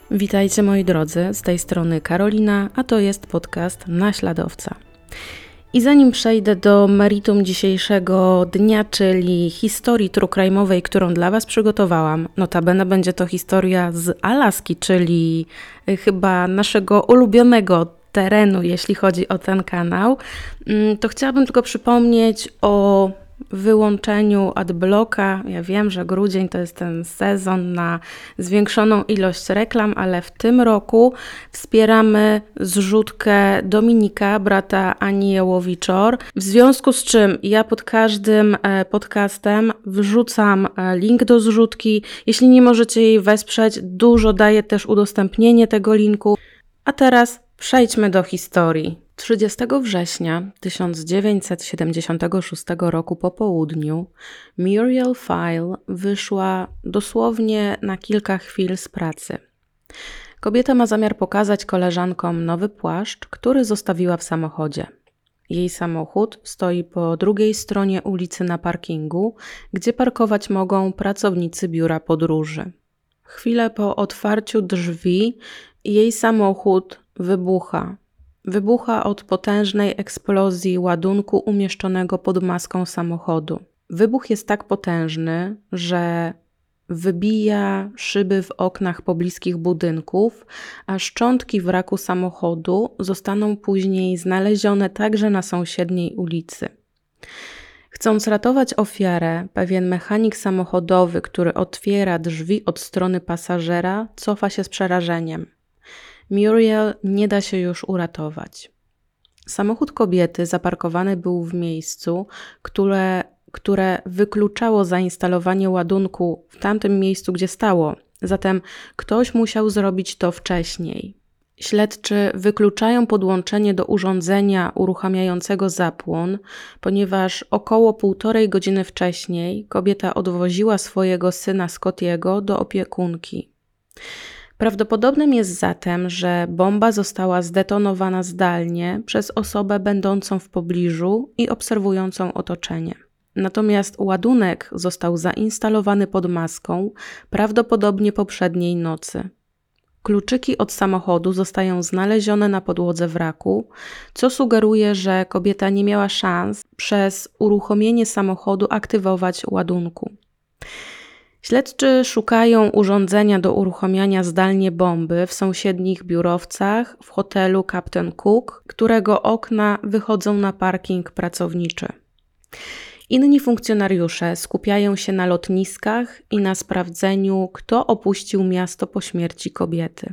Witajcie moi drodzy, z tej strony Karolina, a to jest podcast Naśladowca. I zanim przejdę do meritum dzisiejszego dnia, czyli historii true crime'owej, którą dla Was przygotowałam, notabene będzie to historia z Alaski, czyli chyba naszego ulubionego terenu, jeśli chodzi o ten kanał, to chciałabym tylko przypomnieć o wyłączeniu adblocka. Ja wiem, że grudzień to jest ten sezon na zwiększoną ilość reklam, ale w tym roku wspieramy zrzutkę Dominika, brata Ani Jełowiczor, w związku z czym ja pod każdym podcastem wrzucam link do zrzutki. Jeśli nie możecie jej wesprzeć, dużo daje też udostępnienie tego linku. A teraz przejdźmy do historii. 30 września 1976 roku po południu Muriel File wyszła dosłownie na kilka chwil z pracy. Kobieta ma zamiar pokazać koleżankom nowy płaszcz, który zostawiła w samochodzie. Jej samochód stoi po drugiej stronie ulicy na parkingu, gdzie parkować mogą pracownicy biura podróży. Chwilę po otwarciu drzwi jej samochód wybucha. Wybucha od potężnej eksplozji ładunku umieszczonego pod maską samochodu. Wybuch jest tak potężny, że wybija szyby w oknach pobliskich budynków, a szczątki wraku samochodu zostaną później znalezione także na sąsiedniej ulicy. Chcąc ratować ofiarę, pewien mechanik samochodowy, który otwiera drzwi od strony pasażera, cofa się z przerażeniem. Muriel nie da się już uratować. Samochód kobiety zaparkowany był w miejscu, które wykluczało zainstalowanie ładunku w tamtym miejscu, gdzie stało. Zatem ktoś musiał zrobić to wcześniej. Śledczy wykluczają podłączenie do urządzenia uruchamiającego zapłon, ponieważ około 1,5 godziny wcześniej kobieta odwoziła swojego syna Scottiego do opiekunki. Prawdopodobnym jest zatem, że bomba została zdetonowana zdalnie przez osobę będącą w pobliżu i obserwującą otoczenie. Natomiast ładunek został zainstalowany pod maską prawdopodobnie poprzedniej nocy. Kluczyki od samochodu zostają znalezione na podłodze wraku, co sugeruje, że kobieta nie miała szans przez uruchomienie samochodu aktywować ładunku. Śledczy szukają urządzenia do uruchamiania zdalnie bomby w sąsiednich biurowcach w hotelu Captain Cook, którego okna wychodzą na parking pracowniczy. Inni funkcjonariusze skupiają się na lotniskach i na sprawdzeniu, kto opuścił miasto po śmierci kobiety.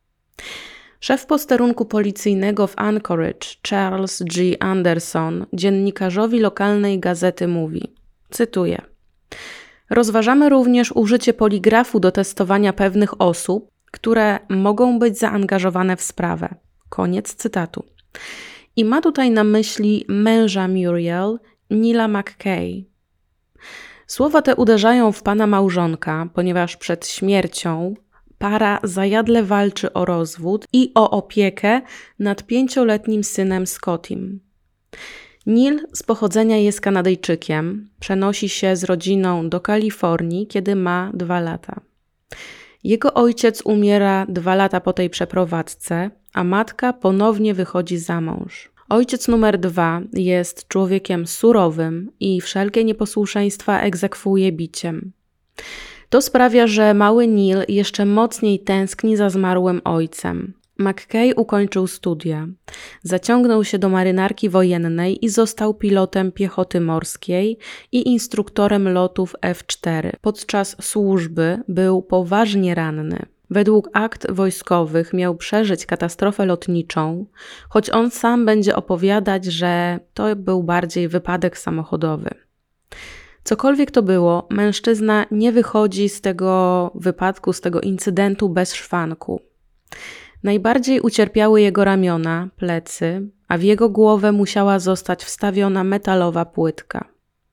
Szef posterunku policyjnego w Anchorage, Charles G. Anderson, dziennikarzowi lokalnej gazety mówi, cytuję: rozważamy również użycie poligrafu do testowania pewnych osób, które mogą być zaangażowane w sprawę. Koniec cytatu. I ma tutaj na myśli męża Muriel, Neila McKay. Słowa te uderzają w pana małżonka, ponieważ przed śmiercią para zajadle walczy o rozwód i o opiekę nad 5-letnim synem Scottim. Neil z pochodzenia jest Kanadyjczykiem, przenosi się z rodziną do Kalifornii, kiedy ma 2 lata. Jego ojciec umiera 2 lata po tej przeprowadzce, a matka ponownie wychodzi za mąż. Ojciec numer 2 jest człowiekiem surowym i wszelkie nieposłuszeństwa egzekwuje biciem. To sprawia, że mały Neil jeszcze mocniej tęskni za zmarłym ojcem. McKay ukończył studia, zaciągnął się do marynarki wojennej i został pilotem piechoty morskiej i instruktorem lotów F-4. Podczas służby był poważnie ranny. Według akt wojskowych miał przeżyć katastrofę lotniczą, choć on sam będzie opowiadać, że to był bardziej wypadek samochodowy. Cokolwiek to było, mężczyzna nie wychodzi z tego wypadku, z tego incydentu bez szwanku. Najbardziej ucierpiały jego ramiona, plecy, a w jego głowę musiała zostać wstawiona metalowa płytka.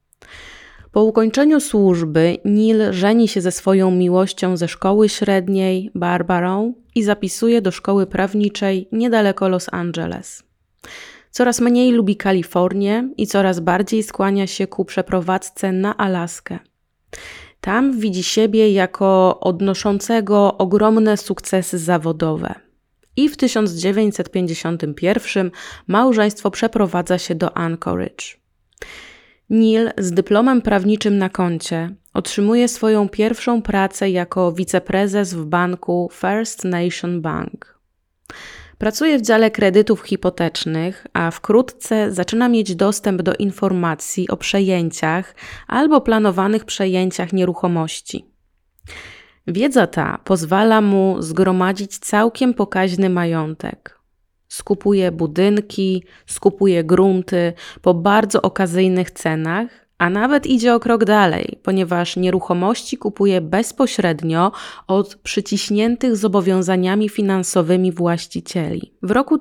Po ukończeniu służby Neil żeni się ze swoją miłością ze szkoły średniej, Barbarą, i zapisuje do szkoły prawniczej niedaleko Los Angeles. Coraz mniej lubi Kalifornię i coraz bardziej skłania się ku przeprowadzce na Alaskę. Tam widzi siebie jako odnoszącego ogromne sukcesy zawodowe. I w 1951 małżeństwo przeprowadza się do Anchorage. Neil z dyplomem prawniczym na koncie otrzymuje swoją pierwszą pracę jako wiceprezes w banku First Nation Bank. Pracuje w dziale kredytów hipotecznych, a wkrótce zaczyna mieć dostęp do informacji o przejęciach albo planowanych przejęciach nieruchomości. Wiedza ta pozwala mu zgromadzić całkiem pokaźny majątek. Skupuje budynki, skupuje grunty po bardzo okazyjnych cenach, a nawet idzie o krok dalej, ponieważ nieruchomości kupuje bezpośrednio od przyciśniętych zobowiązaniami finansowymi właścicieli. W roku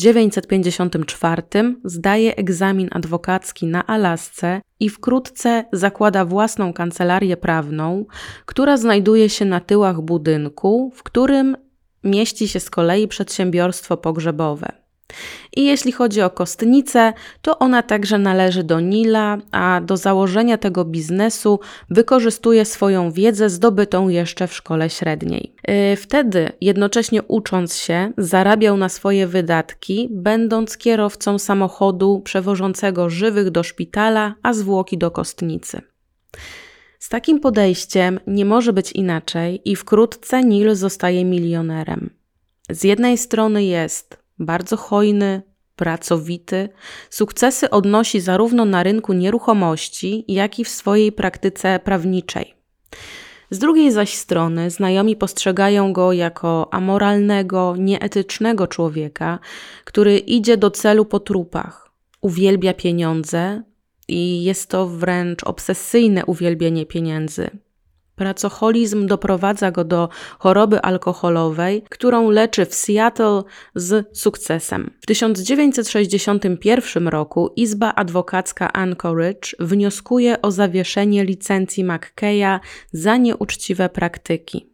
1954 zdaje egzamin adwokacki na Alasce i wkrótce zakłada własną kancelarię prawną, która znajduje się na tyłach budynku, w którym mieści się z kolei przedsiębiorstwo pogrzebowe. I jeśli chodzi o kostnicę, to ona także należy do Neila, a do założenia tego biznesu wykorzystuje swoją wiedzę zdobytą jeszcze w szkole średniej. Wtedy, jednocześnie ucząc się, zarabiał na swoje wydatki, będąc kierowcą samochodu przewożącego żywych do szpitala, a zwłoki do kostnicy. Z takim podejściem nie może być inaczej i wkrótce Neil zostaje milionerem. Z jednej strony jest bardzo hojny, pracowity, sukcesy odnosi zarówno na rynku nieruchomości, jak i w swojej praktyce prawniczej. Z drugiej zaś strony znajomi postrzegają go jako amoralnego, nieetycznego człowieka, który idzie do celu po trupach, uwielbia pieniądze i jest to wręcz obsesyjne uwielbienie pieniędzy. Pracoholizm doprowadza go do choroby alkoholowej, którą leczy w Seattle z sukcesem. W 1961 roku Izba Adwokacka Anchorage wnioskuje o zawieszenie licencji McKeya za nieuczciwe praktyki.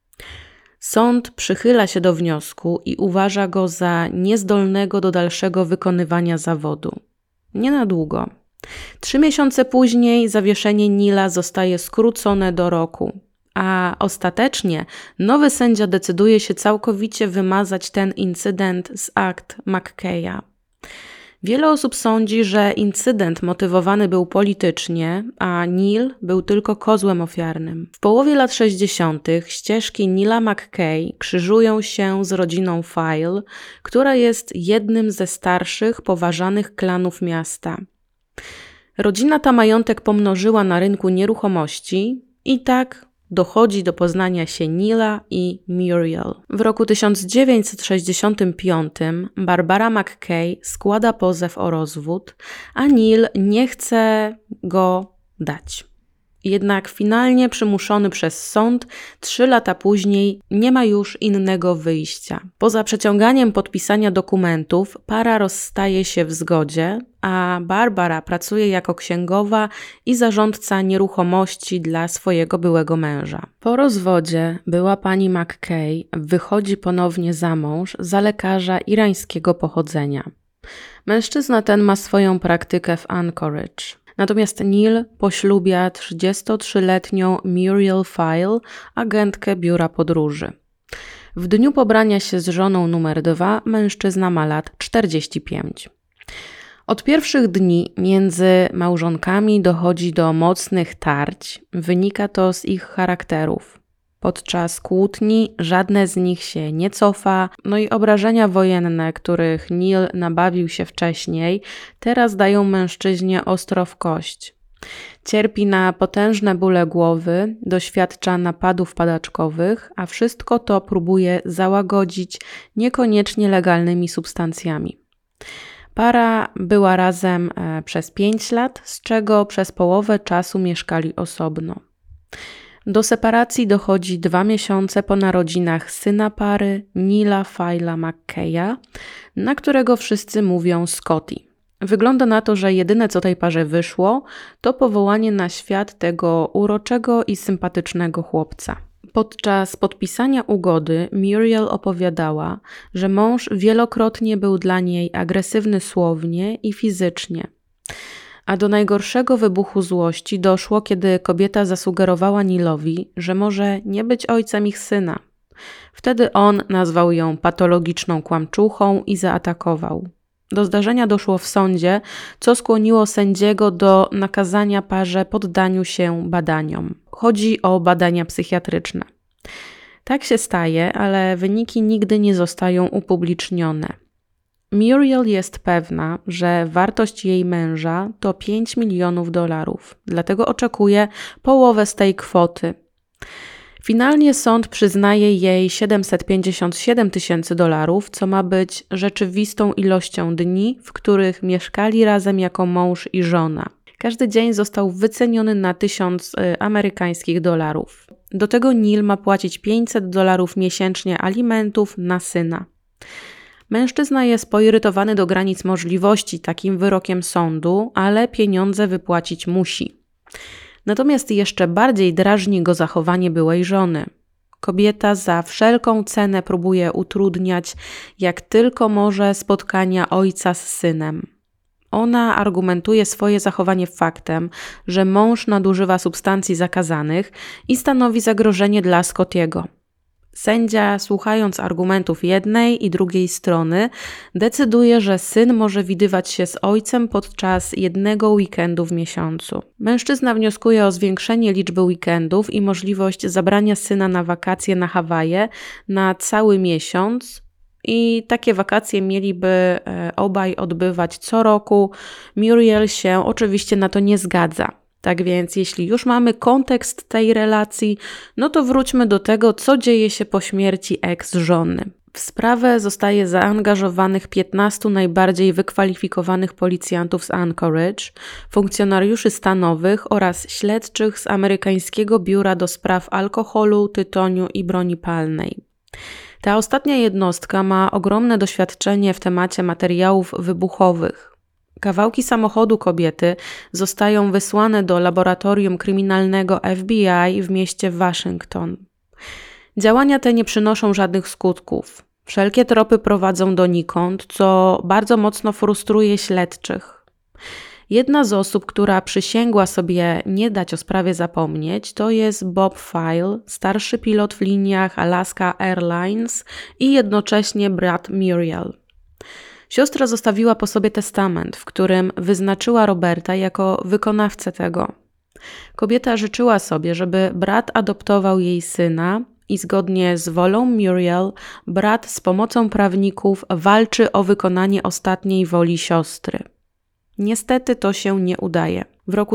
Sąd przychyla się do wniosku i uważa go za niezdolnego do dalszego wykonywania zawodu. Nie na długo. 3 miesiące później zawieszenie Neila zostaje skrócone do roku, a ostatecznie nowy sędzia decyduje się całkowicie wymazać ten incydent z akt McKeya. Wiele osób sądzi, że incydent motywowany był politycznie, a Neil był tylko kozłem ofiarnym. W połowie lat 60. ścieżki Neila McKay krzyżują się z rodziną File, która jest jednym ze starszych, poważanych klanów miasta. Rodzina ta majątek pomnożyła na rynku nieruchomości i tak dochodzi do poznania się Neila i Muriel. W roku 1965 Barbara McKay składa pozew o rozwód, a Neil nie chce go dać. Jednak finalnie przymuszony przez sąd 3 lata później nie ma już innego wyjścia. Poza przeciąganiem podpisania dokumentów para rozstaje się w zgodzie, a Barbara pracuje jako księgowa i zarządca nieruchomości dla swojego byłego męża. Po rozwodzie była pani McKay wychodzi ponownie za mąż za lekarza irańskiego pochodzenia. Mężczyzna ten ma swoją praktykę w Anchorage. Natomiast Neil poślubia 33-letnią Muriel File, agentkę biura podróży. W dniu pobrania się z żoną numer 2 mężczyzna ma lat 45. Od pierwszych dni między małżonkami dochodzi do mocnych tarć, wynika to z ich charakterów. Podczas kłótni żadne z nich się nie cofa, no i obrażenia wojenne, których Neil nabawił się wcześniej, teraz dają mężczyźnie ostro w kość. Cierpi na potężne bóle głowy, doświadcza napadów padaczkowych, a wszystko to próbuje załagodzić niekoniecznie legalnymi substancjami. Para była razem przez 5 lat, z czego przez połowę czasu mieszkali osobno. Do separacji dochodzi 2 miesiące po narodzinach syna pary, Neila File'a McKeya, na którego wszyscy mówią Scotty. Wygląda na to, że jedyne co tej parze wyszło, to powołanie na świat tego uroczego i sympatycznego chłopca. Podczas podpisania ugody Muriel opowiadała, że mąż wielokrotnie był dla niej agresywny słownie i fizycznie. A do najgorszego wybuchu złości doszło, kiedy kobieta zasugerowała Nealowi, że może nie być ojcem ich syna. Wtedy on nazwał ją patologiczną kłamczuchą i zaatakował. Do zdarzenia doszło w sądzie, co skłoniło sędziego do nakazania parze poddaniu się badaniom. Chodzi o badania psychiatryczne. Tak się staje, ale wyniki nigdy nie zostają upublicznione. Muriel jest pewna, że wartość jej męża to $5 milionów, dlatego oczekuje połowę z tej kwoty. Finalnie sąd przyznaje jej $757,000, co ma być rzeczywistą ilością dni, w których mieszkali razem jako mąż i żona. Każdy dzień został wyceniony na $1000 amerykańskich. Do tego Neal ma płacić $500 miesięcznie alimentów na syna. Mężczyzna jest poirytowany do granic możliwości takim wyrokiem sądu, ale pieniądze wypłacić musi. Natomiast jeszcze bardziej drażni go zachowanie byłej żony. Kobieta za wszelką cenę próbuje utrudniać, jak tylko może, spotkania ojca z synem. Ona argumentuje swoje zachowanie faktem, że mąż nadużywa substancji zakazanych i stanowi zagrożenie dla Scottiego. Sędzia, słuchając argumentów jednej i drugiej strony, decyduje, że syn może widywać się z ojcem podczas jednego weekendu w miesiącu. Mężczyzna wnioskuje o zwiększenie liczby weekendów i możliwość zabrania syna na wakacje na Hawaje na cały miesiąc. I takie wakacje mieliby obaj odbywać co roku. Muriel się oczywiście na to nie zgadza. Tak więc jeśli już mamy kontekst tej relacji, no to wróćmy do tego, co dzieje się po śmierci ex-żony. W sprawę zostaje zaangażowanych 15 najbardziej wykwalifikowanych policjantów z Anchorage, funkcjonariuszy stanowych oraz śledczych z amerykańskiego biura do spraw alkoholu, tytoniu i broni palnej. Ta ostatnia jednostka ma ogromne doświadczenie w temacie materiałów wybuchowych. Kawałki samochodu kobiety zostają wysłane do laboratorium kryminalnego FBI w mieście Waszyngton. Działania te nie przynoszą żadnych skutków. Wszelkie tropy prowadzą donikąd, co bardzo mocno frustruje śledczych. Jedna z osób, która przysięgła sobie nie dać o sprawie zapomnieć, to jest Bob File, starszy pilot w liniach Alaska Airlines i jednocześnie brat Muriel. Siostra zostawiła po sobie testament, w którym wyznaczyła Roberta jako wykonawcę tego. Kobieta życzyła sobie, żeby brat adoptował jej syna i zgodnie z wolą Muriel, brat z pomocą prawników walczy o wykonanie ostatniej woli siostry. Niestety to się nie udaje. W roku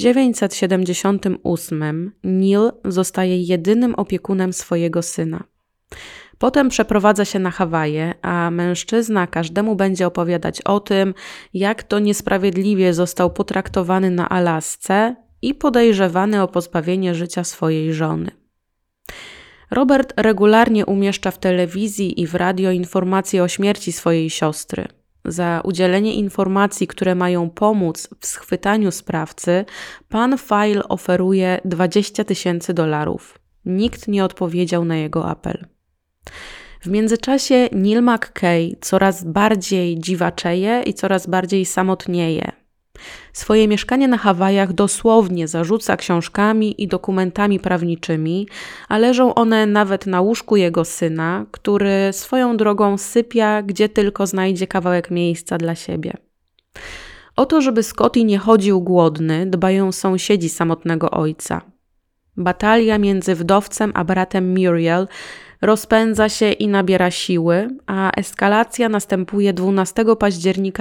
1978 Neal zostaje jedynym opiekunem swojego syna. Potem przeprowadza się na Hawaje, a mężczyzna każdemu będzie opowiadać o tym, jak to niesprawiedliwie został potraktowany na Alasce i podejrzewany o pozbawienie życia swojej żony. Robert regularnie umieszcza w telewizji i w radio informacje o śmierci swojej siostry. Za udzielenie informacji, które mają pomóc w schwytaniu sprawcy, pan File oferuje $20,000. Nikt nie odpowiedział na jego apel. W międzyczasie Neal McKay coraz bardziej dziwaczeje i coraz bardziej samotnieje. Swoje mieszkanie na Hawajach dosłownie zarzuca książkami i dokumentami prawniczymi, a leżą one nawet na łóżku jego syna, który swoją drogą sypia, gdzie tylko znajdzie kawałek miejsca dla siebie. O to, żeby Scotty nie chodził głodny, dbają sąsiedzi samotnego ojca. Batalia między wdowcem a bratem Muriel rozpędza się i nabiera siły, a eskalacja następuje 12 października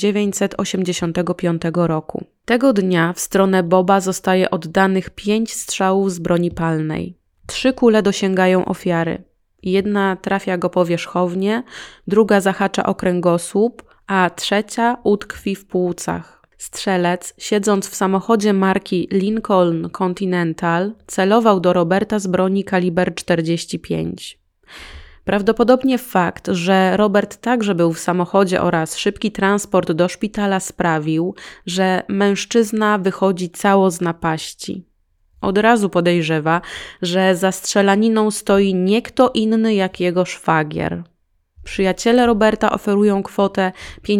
1985 roku. Tego dnia w stronę Boba zostaje oddanych 5 strzałów z broni palnej. 3 kule dosięgają ofiary. Jedna trafia go powierzchownie, druga zahacza o kręgosłup, a trzecia utkwi w płucach. Strzelec, siedząc w samochodzie marki Lincoln Continental, celował do Roberta z broni kaliber 45. Prawdopodobnie fakt, że Robert także był w samochodzie oraz szybki transport do szpitala sprawił, że mężczyzna wychodzi cało z napaści. Od razu podejrzewa, że za strzelaniną stoi nie kto inny jak jego szwagier. Przyjaciele Roberta oferują kwotę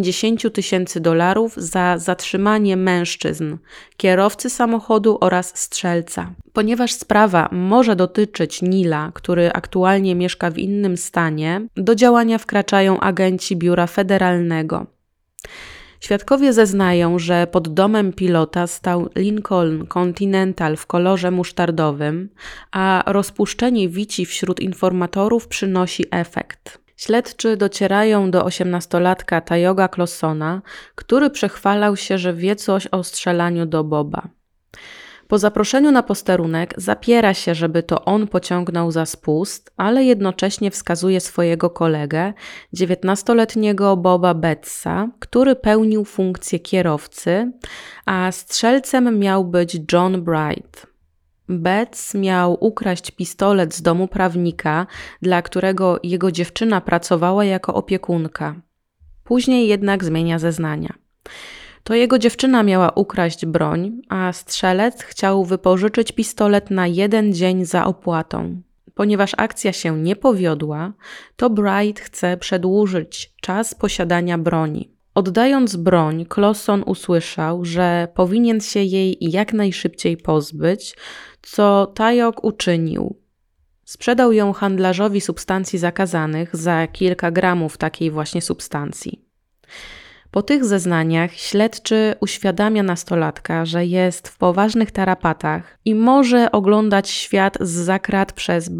$50,000 za zatrzymanie mężczyzn, kierowcy samochodu oraz strzelca. Ponieważ sprawa może dotyczyć Neila, który aktualnie mieszka w innym stanie, do działania wkraczają agenci biura federalnego. Świadkowie zeznają, że pod domem pilota stał Lincoln Continental w kolorze musztardowym, a rozpuszczenie wici wśród informatorów przynosi efekt. Śledczy docierają do 18-latka Tyoga Clawsona, który przechwalał się, że wie coś o strzelaniu do Boba. Po zaproszeniu na posterunek zapiera się, żeby to on pociągnął za spust, ale jednocześnie wskazuje swojego kolegę, 19-letniego Boba Bettsa, który pełnił funkcję kierowcy, a strzelcem miał być John Bright. Betts miał ukraść pistolet z domu prawnika, dla którego jego dziewczyna pracowała jako opiekunka. Później jednak zmienia zeznania. To jego dziewczyna miała ukraść broń, a strzelec chciał wypożyczyć pistolet na 1 dzień za opłatą. Ponieważ akcja się nie powiodła, to Bright chce przedłużyć czas posiadania broni. Oddając broń, Clawson usłyszał, że powinien się jej jak najszybciej pozbyć, co Tyog uczynił. Sprzedał ją handlarzowi substancji zakazanych za kilka gramów takiej właśnie substancji. Po tych zeznaniach śledczy uświadamia nastolatka, że jest w poważnych tarapatach i może oglądać świat zza krat przez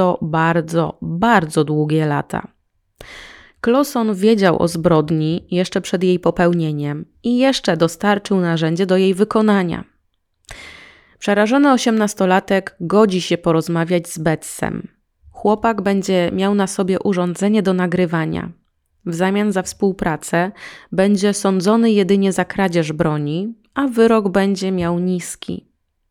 bardzo długie lata. Clawson wiedział o zbrodni jeszcze przed jej popełnieniem i jeszcze dostarczył narzędzie do jej wykonania. Przerażony 18-latek godzi się porozmawiać z Bettsem. Chłopak będzie miał na sobie urządzenie do nagrywania. W zamian za współpracę będzie sądzony jedynie za kradzież broni, a wyrok będzie miał niski.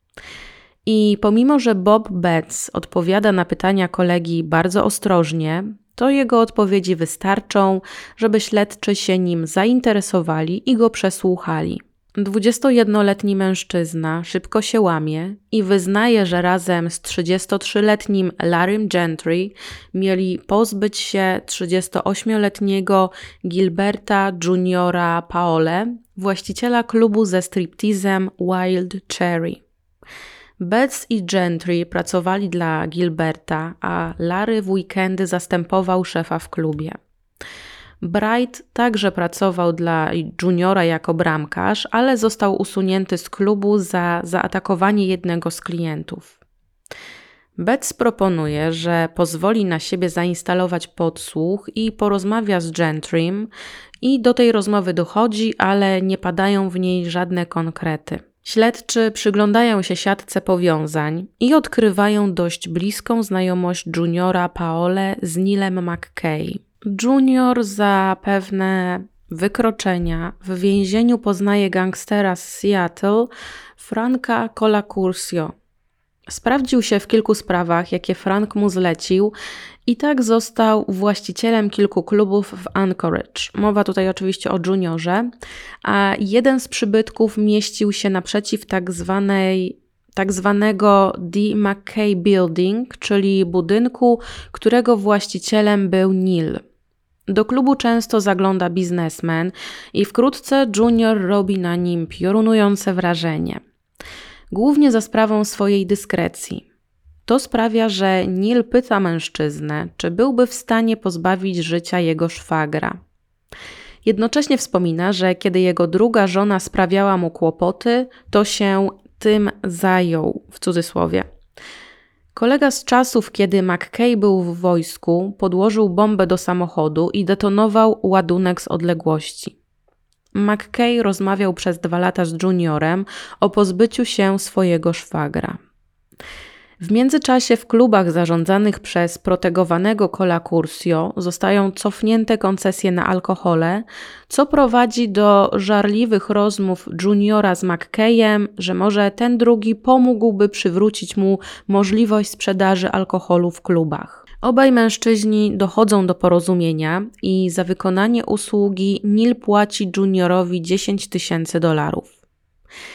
I pomimo, że Bob Betts odpowiada na pytania kolegi bardzo ostrożnie, to jego odpowiedzi wystarczą, żeby śledczy się nim zainteresowali i go przesłuchali. 21-letni mężczyzna szybko się łamie i wyznaje, że razem z 33-letnim Larrym Gentry mieli pozbyć się 38-letniego Gilberta Juniora Paole, właściciela klubu ze striptizem Wild Cherry. Betts i Gentry pracowali dla Gilberta, a Larry w weekendy zastępował szefa w klubie. Bright także pracował dla Juniora jako bramkarz, ale został usunięty z klubu za zaatakowanie jednego z klientów. Betts proponuje, że pozwoli na siebie zainstalować podsłuch i porozmawia z Gentrym i do tej rozmowy dochodzi, ale nie padają w niej żadne konkrety. Śledczy przyglądają się siatce powiązań i odkrywają dość bliską znajomość Juniora Paole z Neilem McKay. Junior za pewne wykroczenia w więzieniu poznaje gangstera z Seattle, Franka Colacursio. Sprawdził się w kilku sprawach, jakie Frank mu zlecił i tak został właścicielem kilku klubów w Anchorage. Mowa tutaj oczywiście o Juniorze, a jeden z przybytków mieścił się naprzeciw tak zwanego D. McKay Building, czyli budynku, którego właścicielem był Neil. Do klubu często zagląda biznesmen i wkrótce Junior robi na nim piorunujące wrażenie. Głównie za sprawą swojej dyskrecji. To sprawia, że Neil pyta mężczyznę, czy byłby w stanie pozbawić życia jego szwagra. Jednocześnie wspomina, że kiedy jego druga żona sprawiała mu kłopoty, to się tym zajął, w cudzysłowie. Kolega z czasów, kiedy McKay był w wojsku, podłożył bombę do samochodu i detonował ładunek z odległości. McKay rozmawiał przez 2 lata z Juniorem o pozbyciu się swojego szwagra. W międzyczasie w klubach zarządzanych przez protegowanego Colacursio zostają cofnięte koncesje na alkohole, co prowadzi do żarliwych rozmów Juniora z McKayem, że może ten drugi pomógłby przywrócić mu możliwość sprzedaży alkoholu w klubach. Obaj mężczyźni dochodzą do porozumienia i za wykonanie usługi Neil płaci Juniorowi $10,000.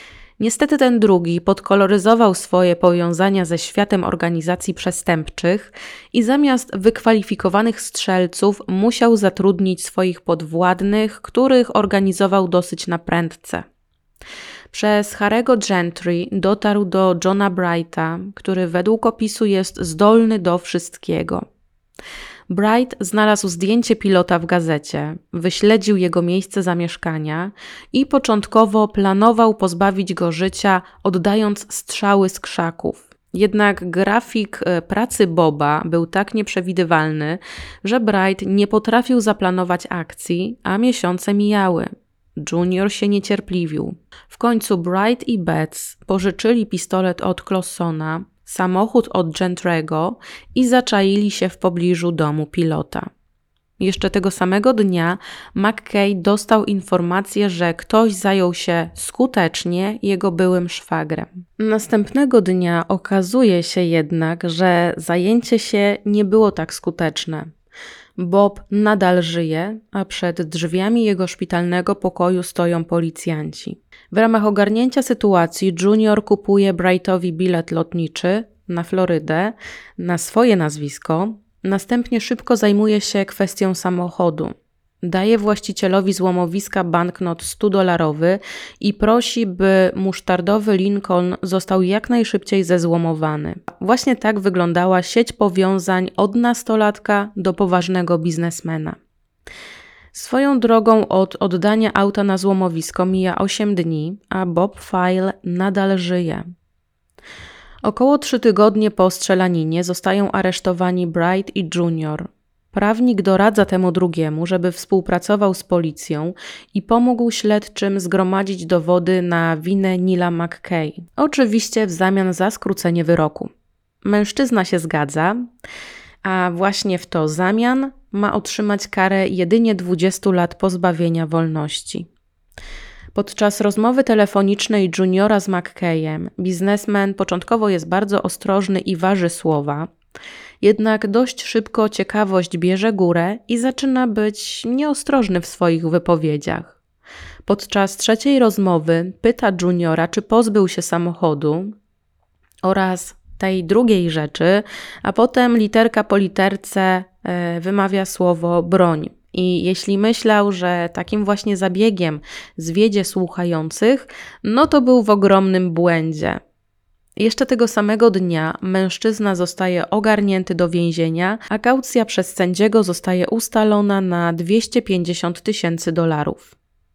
Niestety ten drugi podkoloryzował swoje powiązania ze światem organizacji przestępczych i zamiast wykwalifikowanych strzelców musiał zatrudnić swoich podwładnych, których organizował dosyć na prędce. Przez Harry'ego Gentry dotarł do Johna Brighta, który według opisu jest zdolny do wszystkiego. Bright znalazł zdjęcie pilota w gazecie, wyśledził jego miejsce zamieszkania i początkowo planował pozbawić go życia, oddając strzały z krzaków. Jednak grafik pracy Boba był tak nieprzewidywalny, że Bright nie potrafił zaplanować akcji, a miesiące mijały. Junior się niecierpliwił. W końcu Bright i Betts pożyczyli pistolet od Clawsona, samochód od Gentry'ego i zaczaili się w pobliżu domu pilota. Jeszcze tego samego dnia McKay dostał informację, że ktoś zajął się skutecznie jego byłym szwagrem. Następnego dnia okazuje się jednak, że zajęcie się nie było tak skuteczne. Bob nadal żyje, a przed drzwiami jego szpitalnego pokoju stoją policjanci. W ramach ogarnięcia sytuacji Junior kupuje Brightowi bilet lotniczy na Florydę na swoje nazwisko, następnie szybko zajmuje się kwestią samochodu. Daje właścicielowi złomowiska banknot $100 i prosi, by musztardowy Lincoln został jak najszybciej zezłomowany. Właśnie tak wyglądała sieć powiązań od nastolatka do poważnego biznesmena. Swoją drogą od oddania auta na złomowisko mija 8 dni, a Bob File nadal żyje. Około 3 tygodnie po strzelaninie zostają aresztowani Bright i Junior. Prawnik doradza temu drugiemu, żeby współpracował z policją i pomógł śledczym zgromadzić dowody na winę Neila McKay. Oczywiście w zamian za skrócenie wyroku. Mężczyzna się zgadza, a właśnie w to zamian ma otrzymać karę jedynie 20 lat pozbawienia wolności. Podczas rozmowy telefonicznej Juniora z McKayem biznesmen początkowo jest bardzo ostrożny i waży słowa, jednak dość szybko ciekawość bierze górę i zaczyna być nieostrożny w swoich wypowiedziach. Podczas trzeciej rozmowy pyta Juniora, czy pozbył się samochodu oraz tej drugiej rzeczy, a potem literka po literce wymawia słowo broń. I jeśli myślał, że takim właśnie zabiegiem zwiedzie słuchających, no to był w ogromnym błędzie. Jeszcze tego samego dnia mężczyzna zostaje ogarnięty do więzienia, a kaucja przez sędziego zostaje ustalona na $250,000.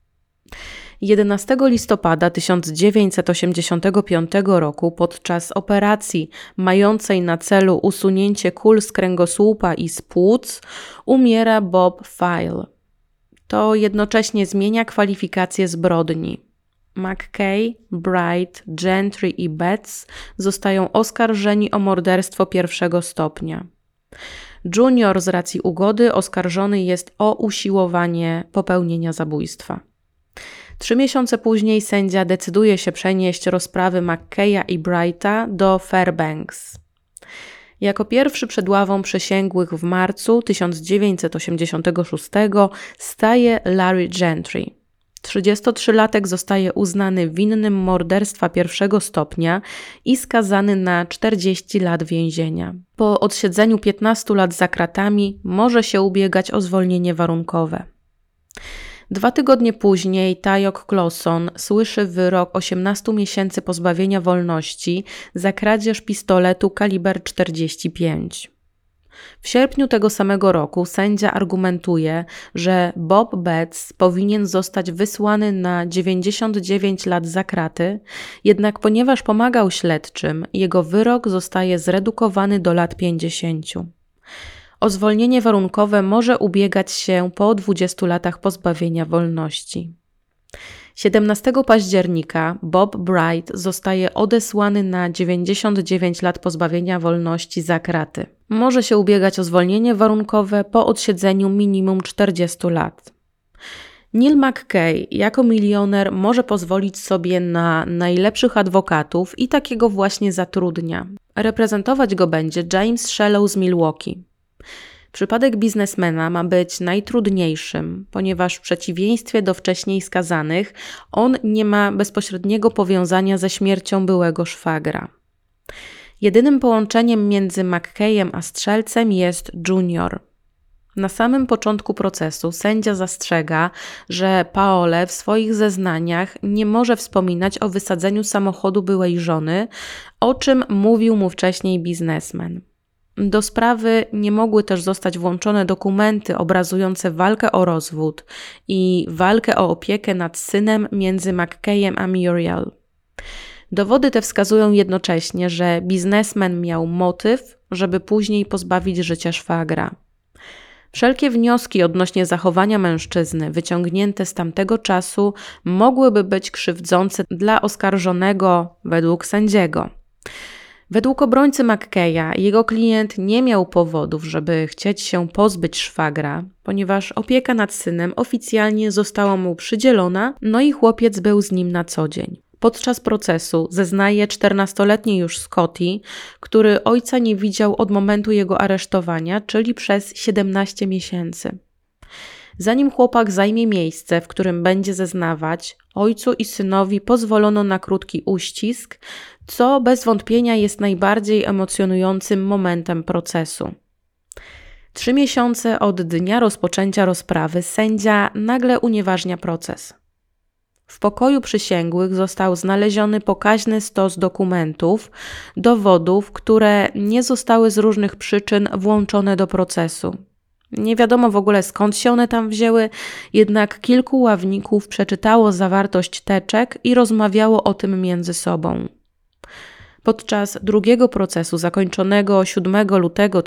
11 listopada 1985 roku podczas operacji mającej na celu usunięcie kul z kręgosłupa i z płuc umiera Bob File. To jednocześnie zmienia kwalifikacje zbrodni. McKay, Bright, Gentry i Betts zostają oskarżeni o morderstwo pierwszego stopnia. Junior z racji ugody oskarżony jest o usiłowanie popełnienia zabójstwa. 3 miesiące później sędzia decyduje się przenieść rozprawy McKaya i Brighta do Fairbanks. Jako pierwszy przed ławą przysięgłych w marcu 1986 staje Larry Gentry. 33-latek zostaje uznany winnym morderstwa pierwszego stopnia i skazany na 40 lat więzienia. Po odsiedzeniu 15 lat za kratami może się ubiegać o zwolnienie warunkowe. 2 tygodnie później Tyok Clawson słyszy wyrok 18 miesięcy pozbawienia wolności za kradzież pistoletu kaliber 45. W sierpniu tego samego roku sędzia argumentuje, że Bob Betts powinien zostać wysłany na 99 lat za kraty, jednak ponieważ pomagał śledczym, jego wyrok zostaje zredukowany do lat 50. O zwolnienie warunkowe może ubiegać się po 20 latach pozbawienia wolności. 17 października Bob Bright zostaje odesłany na 99 lat pozbawienia wolności za kraty. Może się ubiegać o zwolnienie warunkowe po odsiedzeniu minimum 40 lat. Neil McKay jako milioner może pozwolić sobie na najlepszych adwokatów i takiego właśnie zatrudnia. Reprezentować go będzie James Shallow z Milwaukee. Przypadek biznesmena ma być najtrudniejszym, ponieważ w przeciwieństwie do wcześniej skazanych, on nie ma bezpośredniego powiązania ze śmiercią byłego szwagra. Jedynym połączeniem między McKayem a strzelcem jest Junior. Na samym początku procesu sędzia zastrzega, że Paole w swoich zeznaniach nie może wspominać o wysadzeniu samochodu byłej żony, o czym mówił mu wcześniej biznesmen. Do sprawy nie mogły też zostać włączone dokumenty obrazujące walkę o rozwód i walkę o opiekę nad synem między McKayem a Muriel. Dowody te wskazują jednocześnie, że biznesmen miał motyw, żeby później pozbawić życia szwagra. Wszelkie wnioski odnośnie zachowania mężczyzny wyciągnięte z tamtego czasu mogłyby być krzywdzące dla oskarżonego według sędziego. Według obrońcy McKaya jego klient nie miał powodów, żeby chcieć się pozbyć szwagra, ponieważ opieka nad synem oficjalnie została mu przydzielona, no i chłopiec był z nim na co dzień. Podczas procesu zeznaje 14-letni już Scotty, który ojca nie widział od momentu jego aresztowania, czyli przez 17 miesięcy. Zanim chłopak zajmie miejsce, w którym będzie zeznawać, ojcu i synowi pozwolono na krótki uścisk, co bez wątpienia jest najbardziej emocjonującym momentem procesu. 3 miesiące od dnia rozpoczęcia rozprawy sędzia nagle unieważnia proces. W pokoju przysięgłych został znaleziony pokaźny stos dokumentów, dowodów, które nie zostały z różnych przyczyn włączone do procesu. Nie wiadomo w ogóle skąd się one tam wzięły, jednak kilku ławników przeczytało zawartość teczek i rozmawiało o tym między sobą. Podczas drugiego procesu zakończonego 7 lutego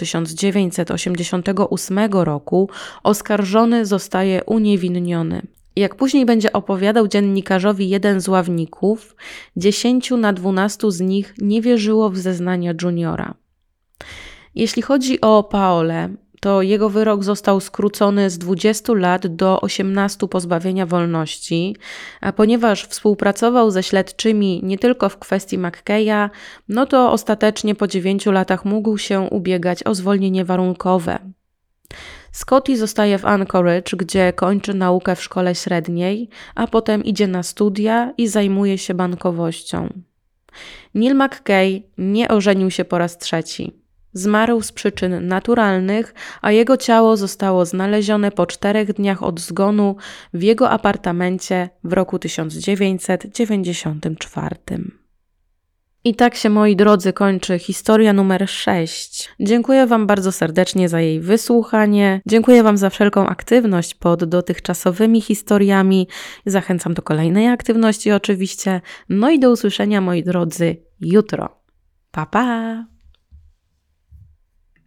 1988 roku oskarżony zostaje uniewinniony. Jak później będzie opowiadał dziennikarzowi jeden z ławników, 10 na 12 z nich nie wierzyło w zeznania Juniora. Jeśli chodzi o Paole, to jego wyrok został skrócony z 20 lat do 18 pozbawienia wolności, a ponieważ współpracował ze śledczymi nie tylko w kwestii McKaya, no to ostatecznie po 9 latach mógł się ubiegać o zwolnienie warunkowe. Scotty zostaje w Anchorage, gdzie kończy naukę w szkole średniej, a potem idzie na studia i zajmuje się bankowością. Neil McKay nie ożenił się po raz trzeci. Zmarł z przyczyn naturalnych, a jego ciało zostało znalezione po 4 dniach od zgonu w jego apartamencie w roku 1994. I tak się, moi drodzy, kończy historia numer 6. Dziękuję Wam bardzo serdecznie za jej wysłuchanie. Dziękuję Wam za wszelką aktywność pod dotychczasowymi historiami. Zachęcam do kolejnej aktywności oczywiście. No i do usłyszenia, moi drodzy, jutro. Pa, pa!